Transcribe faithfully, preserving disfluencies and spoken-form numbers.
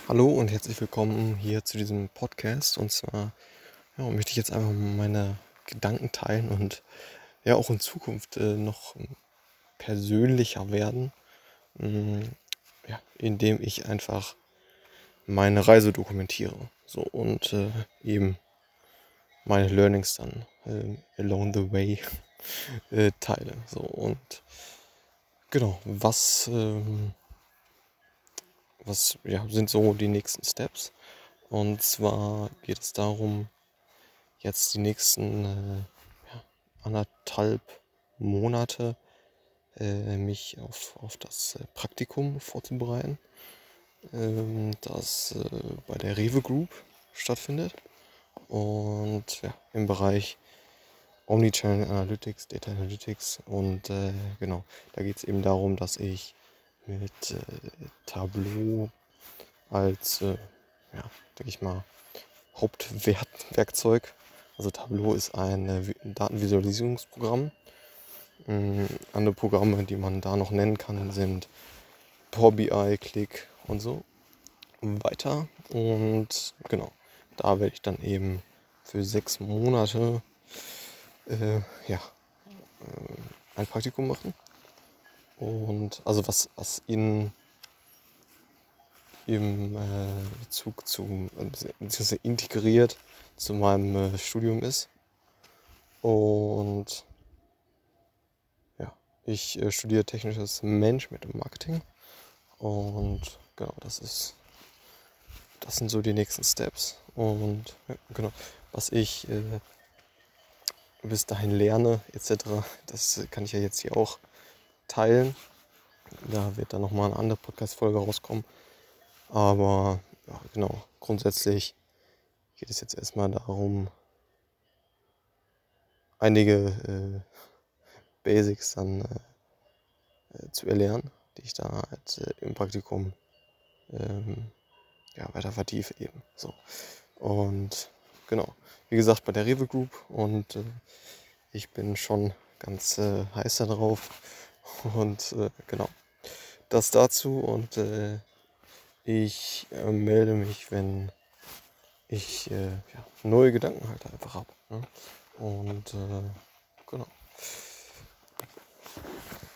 Hallo und herzlich willkommen hier zu diesem Podcast. Und zwar ja, möchte ich jetzt einfach meine Gedanken teilen und ja auch in Zukunft äh, noch persönlicher werden, mm, ja, indem ich einfach meine Reise dokumentiere. So und äh, eben meine Learnings dann äh, along the way äh, teile. So und genau, was, ähm, was ja, sind so die nächsten Steps? Und zwar geht es darum, jetzt die nächsten äh, ja, anderthalb Monate äh, mich auf, auf das äh, Praktikum vorzubereiten, ähm, das äh, bei der Rewe Group stattfindet. Und ja, im Bereich Omnichannel Analytics, Data Analytics. Und äh, genau, da geht es eben darum, dass ich mit äh, Tableau als, äh, ja, denke ich mal, Hauptwerkzeug. Also Tableau ist ein äh, Vi- Datenvisualisierungsprogramm. Ähm, andere Programme, die man da noch nennen kann, sind Power B I, Click und so weiter. Und genau, da werde ich dann eben für sechs Monate äh, ja, ein Praktikum machen. Und also was, was in, im äh, Bezug zu, äh, beziehungsweise integriert zu meinem äh, Studium ist. Und ja, ich äh, studiere technisches Management und Marketing. Und genau, das ist, das sind so die nächsten Steps. Und ja, genau, was ich äh, bis dahin lerne, et cetera, das äh, kann ich ja jetzt hier auch teilen. Da wird dann nochmal eine andere Podcast-Folge rauskommen. Aber ja, genau, grundsätzlich geht es jetzt erstmal darum, einige äh, Basics dann äh, zu erlernen, die ich da halt, äh, im Praktikum ähm, ja, weiter vertiefe eben. So. Und genau, wie gesagt, bei der Rewe Group und äh, ich bin schon ganz äh, heiß darauf. Und äh, genau, das dazu. Und äh, ich äh, melde mich, wenn ich äh, ja, neue Gedanken halt einfach habe. Ne? Und äh, genau.